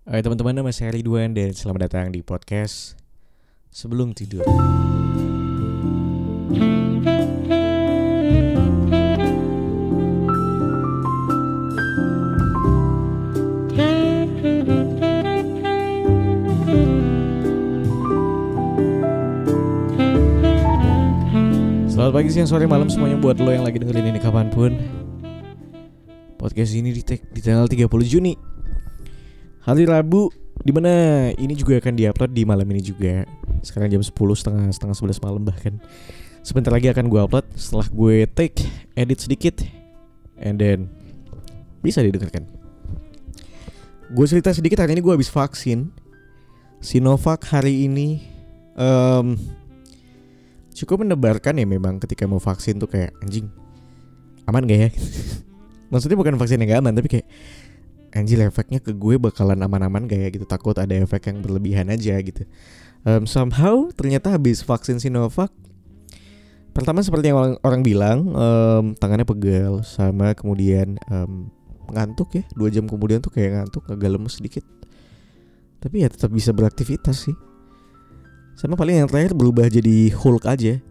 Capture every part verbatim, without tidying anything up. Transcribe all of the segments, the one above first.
Hai teman-teman, nama saya Ridwan dan selamat datang di podcast Sebelum Tidur. Selamat pagi, siang, sore, malam semuanya buat lo yang lagi dengerin ini kapanpun. Podcast ini di, te- di tanggal tiga puluh Juni, hari Rabu, dimana ini juga akan diupload di malam ini juga. Sekarang jam sepuluh, setengah setengah sebelas malam bahkan. Sebentar lagi akan gue upload setelah gue take, edit sedikit, and then bisa didengarkan. Gue cerita sedikit, hari ini gue habis vaksin Sinovac hari ini. um, Cukup mendebarkan ya memang ketika mau vaksin tuh kayak anjing, aman gak ya? Maksudnya bukan vaksin yang gak aman, tapi kayak anjir efeknya ke gue bakalan aman-aman gak ya gitu. Takut ada efek yang berlebihan aja gitu. um, Somehow ternyata habis vaksin Sinovac, pertama seperti yang orang, orang bilang, um, tangannya pegal, sama kemudian um, ngantuk ya. Dua jam kemudian tuh kayak ngantuk, agak lemes sedikit. Tapi ya tetap bisa beraktivitas sih. Sama paling yang terakhir berubah jadi Hulk aja.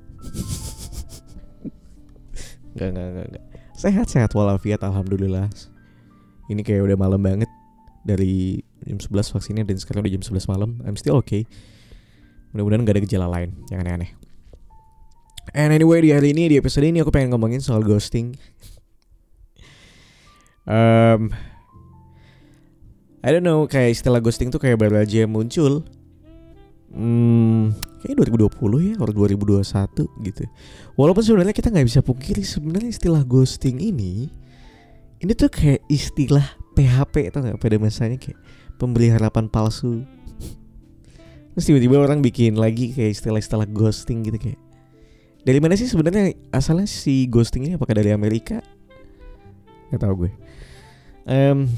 Gak, gak, gak, gak. Sehat-sehat walafiat, alhamdulillah. Ini kayak udah malam banget. Dari jam sebelas vaksinnya dan sekarang udah jam sebelas malam. I'm still okay. Mudah-mudahan gak ada gejala lain yang aneh-aneh. And anyway, di hari ini, di episode ini aku pengen ngomongin soal ghosting. um, I don't know, kayak istilah ghosting tuh kayak baru aja muncul. Hmm, kayaknya dua ribu dua puluh ya, atau dua ribu dua puluh satu gitu. Walaupun sebenarnya kita nggak bisa pungkiri sebenarnya istilah ghosting ini, ini tuh kayak istilah P H P, tau nggak, pada masanya kayak pemberi harapan palsu. Terus tiba-tiba orang bikin lagi kayak istilah-istilah ghosting gitu kayak. Dari mana sih sebenarnya asalnya si ghosting ini? Apakah dari Amerika? Nggak tahu gue. Um,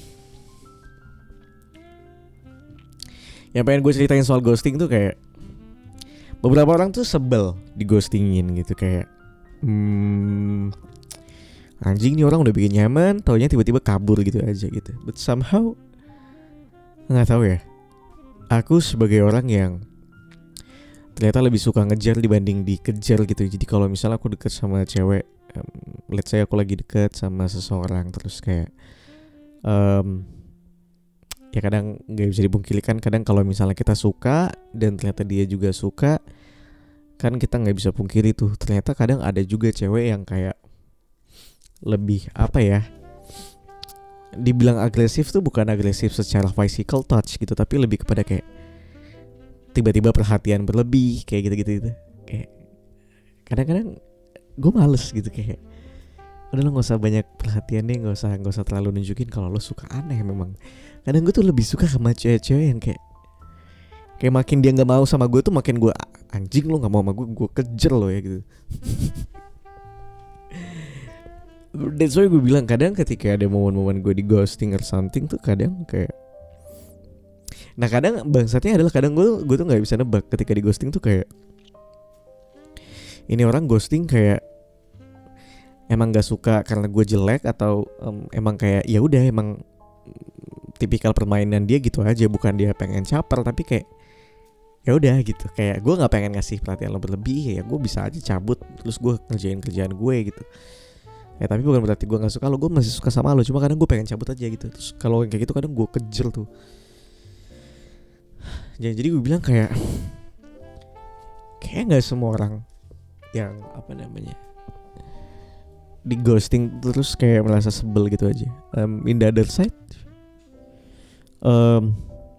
Yang pengen gue ceritain soal ghosting tuh kayak beberapa orang tuh sebel di ghostingin gitu. Kayak hmm, anjing nih orang udah bikin nyaman, taunya tiba-tiba kabur gitu aja gitu. But somehow gak tahu ya, aku sebagai orang yang ternyata lebih suka ngejar dibanding dikejar gitu. Jadi kalau misalnya aku deket sama cewek, um, let's say aku lagi deket sama seseorang, terus kayak um, ya kadang gak bisa dipungkiri kan, kadang kalau misalnya kita suka dan ternyata dia juga suka, kan kita gak bisa pungkiri tuh, ternyata kadang ada juga cewek yang kayak lebih apa ya, dibilang agresif tuh bukan agresif secara physical touch gitu, tapi lebih kepada kayak tiba-tiba perhatian berlebih kayak gitu-gitu gitu. Kayak kadang-kadang gue males gitu, kayak udah lo gak usah banyak perhatian deh, gak usah, gak usah terlalu nunjukin kalau lo suka. Aneh memang. Kadang gue tuh lebih suka sama cewek-cewek yang kayak Kayak makin dia gak mau sama gue tuh makin gue, anjing lo gak mau sama gue, gue kejar lo ya gitu. That's why gue bilang kadang ketika ada momen-momen gue di ghosting or something tuh kadang kayak, nah kadang bangsatnya adalah kadang gue gue tuh gak bisa nebak ketika di ghosting tuh kayak ini orang ghosting kayak emang gak suka karena gue jelek, atau um, emang kayak ya udah emang tipikal permainan dia gitu aja, bukan dia pengen caper, tapi kayak ya udah gitu, kayak gue nggak pengen ngasih perhatian lo berlebih, ya gue bisa aja cabut terus gue ngerjain kerjaan gue gitu ya. Tapi bukan berarti gue nggak suka lo, gue masih suka sama lo, cuma kadang gue pengen cabut aja gitu. Terus kalau kayak gitu kadang gue kejer tuh ya. Jadi gue bilang kayak kayak nggak semua orang yang apa namanya di ghosting terus kayak merasa sebel gitu aja. um, In the other side, um,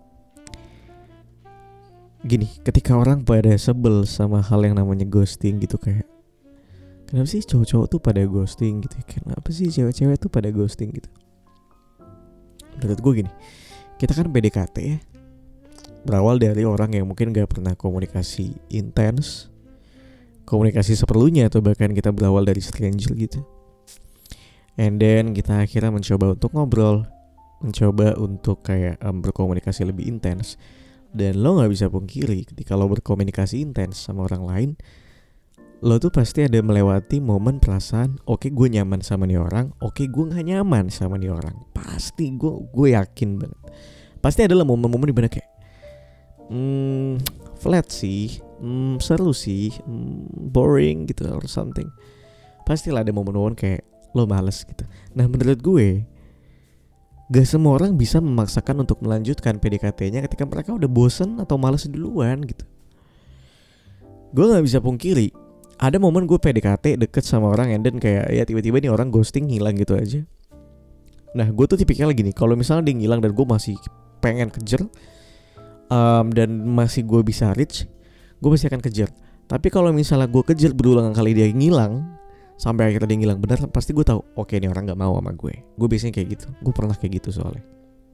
gini, ketika orang pada sebel sama hal yang namanya ghosting gitu, kayak kenapa sih cowok-cowok tuh pada ghosting gitu, kenapa sih cewek-cewek tuh pada ghosting gitu. Menurut gue gini, kita kan P D K T ya, berawal dari orang yang mungkin gak pernah komunikasi intens, komunikasi seperlunya, atau bahkan kita berawal dari stranger gitu. And then kita akhirnya mencoba untuk ngobrol, mencoba untuk kayak um, berkomunikasi lebih intens. Dan lo gak bisa pungkiri ketika lo berkomunikasi intens sama orang lain, lo tuh pasti ada melewati momen perasaan, oke okay, gue nyaman sama nih orang, oke okay, gue gak nyaman sama nih orang. Pasti, gue gue yakin banget pasti adalah momen-momen di mana kayak hmm, flat sih, hmm, seru sih, hmm, boring gitu or something. Pastilah ada momen-momen kayak lo males gitu. Nah menurut gue, gak semua orang bisa memaksakan untuk melanjutkan P D K T-nya ketika mereka udah bosen atau males duluan gitu. Gue gak bisa pungkiri, ada momen gue P D K T deket sama orang and then kayak ya tiba-tiba nih orang ghosting, hilang gitu aja. Nah gue tuh tipikal gini, kalau misalnya dia ngilang dan gue masih pengen kejar um, dan masih gue bisa reach, gue pasti akan kejar. Tapi kalau misalnya gue kejar berulang kali dia ngilang sampai akhirnya dia ngilang benar, pasti gue tahu oke okay, ini orang nggak mau sama gue. Gue biasanya kayak gitu, gue pernah kayak gitu soalnya.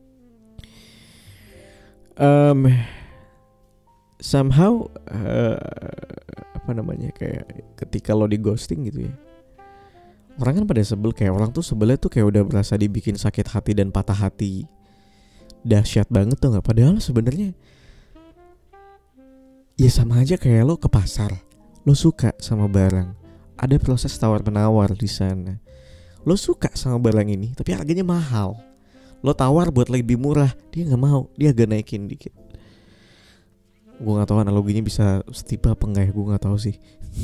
Um, somehow uh, apa namanya kayak ketika lo di ghosting gitu ya, orang kan pada sebel, kayak orang tuh sebelnya tuh kayak udah berasa dibikin sakit hati dan patah hati dahsyat banget tuh nggak. Padahal sebenarnya ya sama aja kayak lo ke pasar, lo suka sama barang, ada proses tawar menawar di sana. Lo suka sama barang ini tapi harganya mahal, lo tawar buat lebih murah, dia nggak mau, dia agak naikin dikit. Gue nggak tahu analoginya bisa setipe apa enggak ya, gue nggak tahu sih.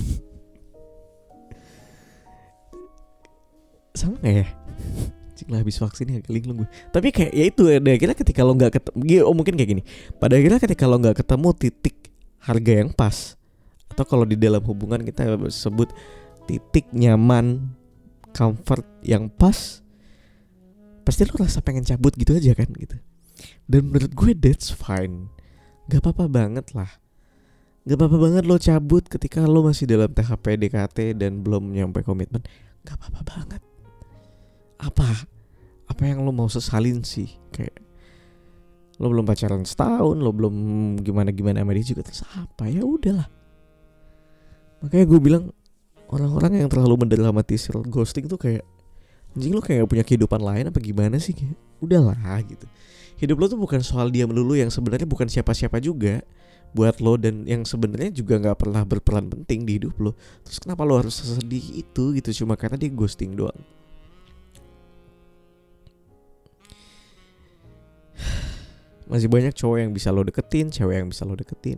Sama gak ya? Cik lah habis vaksin ya keling gue. Tapi kayak ya itu ya, akhirnya ketika lo gak ketemu, oh mungkin kayak gini, pada akhirnya ketika lo gak ketemu titik harga yang pas, atau kalau di dalam hubungan kita sebut titik nyaman, comfort yang pas, pasti lo rasa pengen cabut gitu aja kan gitu. Dan menurut gue that's fine, gak apa-apa banget lah. Gak apa-apa banget lo cabut ketika lo masih dalam tahap P D K T dan belum nyampe komitmen. Gak apa-apa banget. Apa apa yang lo mau sesalin sih? Kayak lo belum pacaran setahun, lo belum gimana-gimana sama dia juga, terus apa? Ya udahlah. Makanya gue bilang orang-orang yang terlalu mendramatisir ghosting tuh kayak anjing, lo kayak gak punya kehidupan lain apa gimana sih? Kayak udahlah gitu. Hidup lo tuh bukan soal dia melulu yang sebenarnya bukan siapa-siapa juga buat lo, dan yang sebenarnya juga nggak pernah berperan penting di hidup lo. Terus kenapa lo harus sedih itu gitu cuma karena dia ghosting doang? Masih banyak cowok yang bisa lo deketin, cewek yang bisa lo deketin.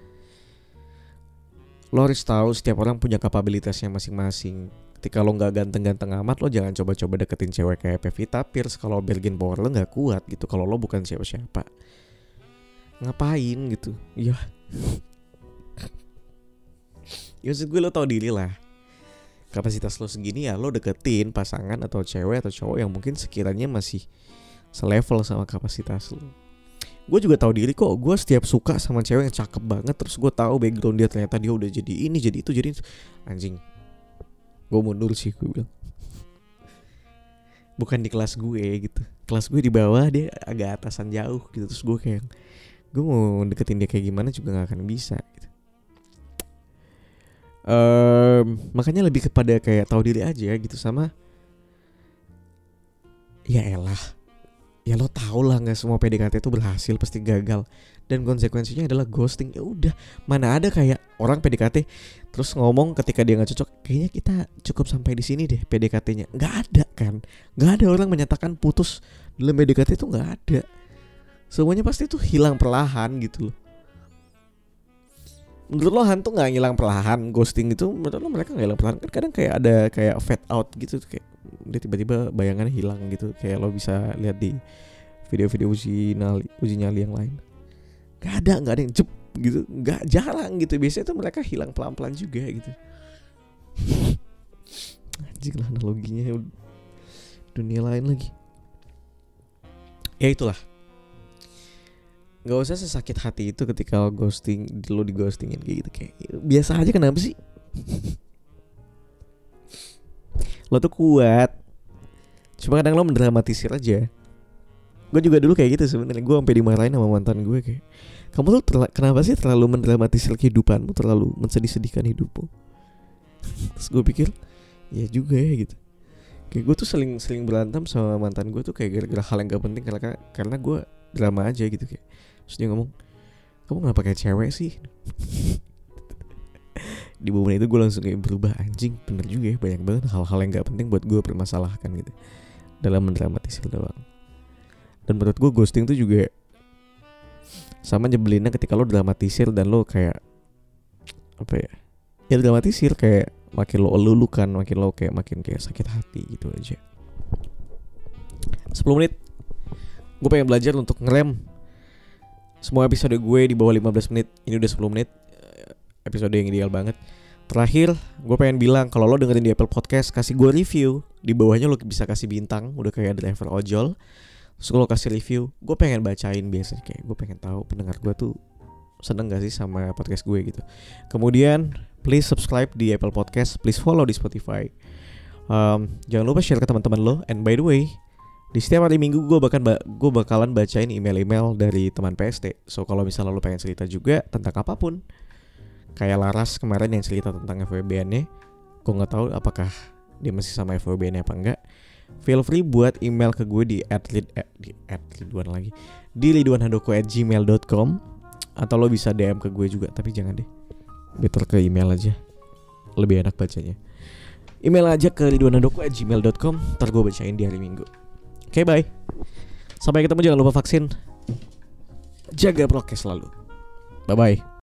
Lo harus tahu setiap orang punya kapabilitasnya masing-masing. Ketika lo gak ganteng-ganteng amat, lo jangan coba-coba deketin cewek kayak Pevita Pierce kalau bargain power lo gak kuat gitu. Kalau lo bukan siapa-siapa, ngapain gitu? Ya ya maksud gue lo tau diri lah. Kapasitas lo segini ya lo deketin pasangan atau cewek atau cowok yang mungkin sekiranya masih selevel sama kapasitas lo. Gue juga tahu diri kok, gue setiap suka sama cewek yang cakep banget, terus gue tahu background dia ternyata dia udah jadi ini, jadi itu, jadi anjing, gue mundur sih, gue bilang. Bukan di kelas gue gitu, kelas gue di bawah, dia agak atasan jauh gitu, terus gue kayak, gue mau deketin dia kayak gimana juga gak akan bisa gitu. Um, makanya lebih kepada kayak tahu diri aja gitu, sama ya elah. Ya lo tau lah gak semua P D K T itu berhasil, pasti gagal. Dan konsekuensinya adalah ghosting. Ya udah, mana ada kayak orang P D K T terus ngomong ketika dia gak cocok, kayaknya kita cukup sampai di sini deh P D K T-nya. Gak ada kan. Gak ada orang menyatakan putus dalam P D K T itu, gak ada. Semuanya pasti tuh hilang perlahan gitu loh. Menurut lo hantu gak ngilang perlahan? Ghosting itu menurut lo mereka gak hilang perlahan? Kan kadang kayak ada kayak fade out gitu, kayak dia tiba-tiba bayangannya hilang gitu. Kayak lo bisa lihat di video-video uji nyali, uji nyali yang lain. Gak ada, gak ada yang jep gitu. Gak, jarang gitu. Biasanya tuh mereka hilang pelan-pelan juga gitu. Anjing lah analoginya, dunia lain lagi. Ya itulah, gak usah sesakit hati itu ketika lo ghosting, lo di ghostingin kayak gitu. Kayak biasa aja, kenapa sih? Lo tuh kuat, cuma kadang lo mendramatisir aja. Gue juga dulu kayak gitu sebenarnya. Gue sampai dimarahin sama mantan gue kayak, kamu tuh terla- kenapa sih terlalu mendramatisir kehidupanmu, terlalu mensedih-sedihkan hidupmu. Terus gue pikir, ya juga ya gitu. Kayak gue tuh sering sering berantem sama mantan gue tuh kayak gara-gara hal yang gak penting, karena karena gue drama aja gitu kayak. Terus dia ngomong, kamu kenapa kayak cewek sih? Di momen itu gue langsung kayak berubah, anjing bener juga ya, banyak banget hal-hal yang gak penting buat gue permasalahkan gitu dalam mendramatisir doang. Dan menurut gue ghosting tuh juga Sama nyebelinnya ketika lo dramatisir dan lo kayak apa ya? Ya dramatisir kayak makin lo elulukan, makin lo kayak makin kayak sakit hati gitu aja. sepuluh menit. Gue pengen belajar untuk ngerem semua episode gue di bawah lima belas menit. Ini udah sepuluh menit. Episode yang ideal banget. Terakhir, gue pengen bilang kalau lo dengerin di Apple Podcast, kasih gue review. Di bawahnya lo bisa kasih bintang, udah kayak driver ojol. Terus lo kasih review. Gue pengen bacain biasanya, kayak gue pengen tahu pendengar gue tuh seneng gak sih sama podcast gue gitu. Kemudian please subscribe di Apple Podcast, please follow di Spotify. um, Jangan lupa share ke teman-teman lo. And by the way, di setiap hari Minggu gue bahkan ba- gue bakalan bacain email-email dari teman P S T. So kalau misalnya lo pengen cerita juga tentang apapun, kayak Laras kemarin yang cerita tentang F W B N-nya, gue nggak tahu apakah dia masih sama F W B N-nya apa enggak. Feel free buat email ke gue di @lid eh, di @lidwan lagi di lidwanhandoko at gmail dot com, atau lo bisa D M ke gue juga, tapi jangan deh, better ke email aja, lebih enak bacanya. Email aja ke lidwanhandoko at gmail dot com, ntar gue bacain di hari Minggu. Oke, okay, bye. Sampai ketemu, jangan lupa vaksin, jaga prokes selalu. Bye bye.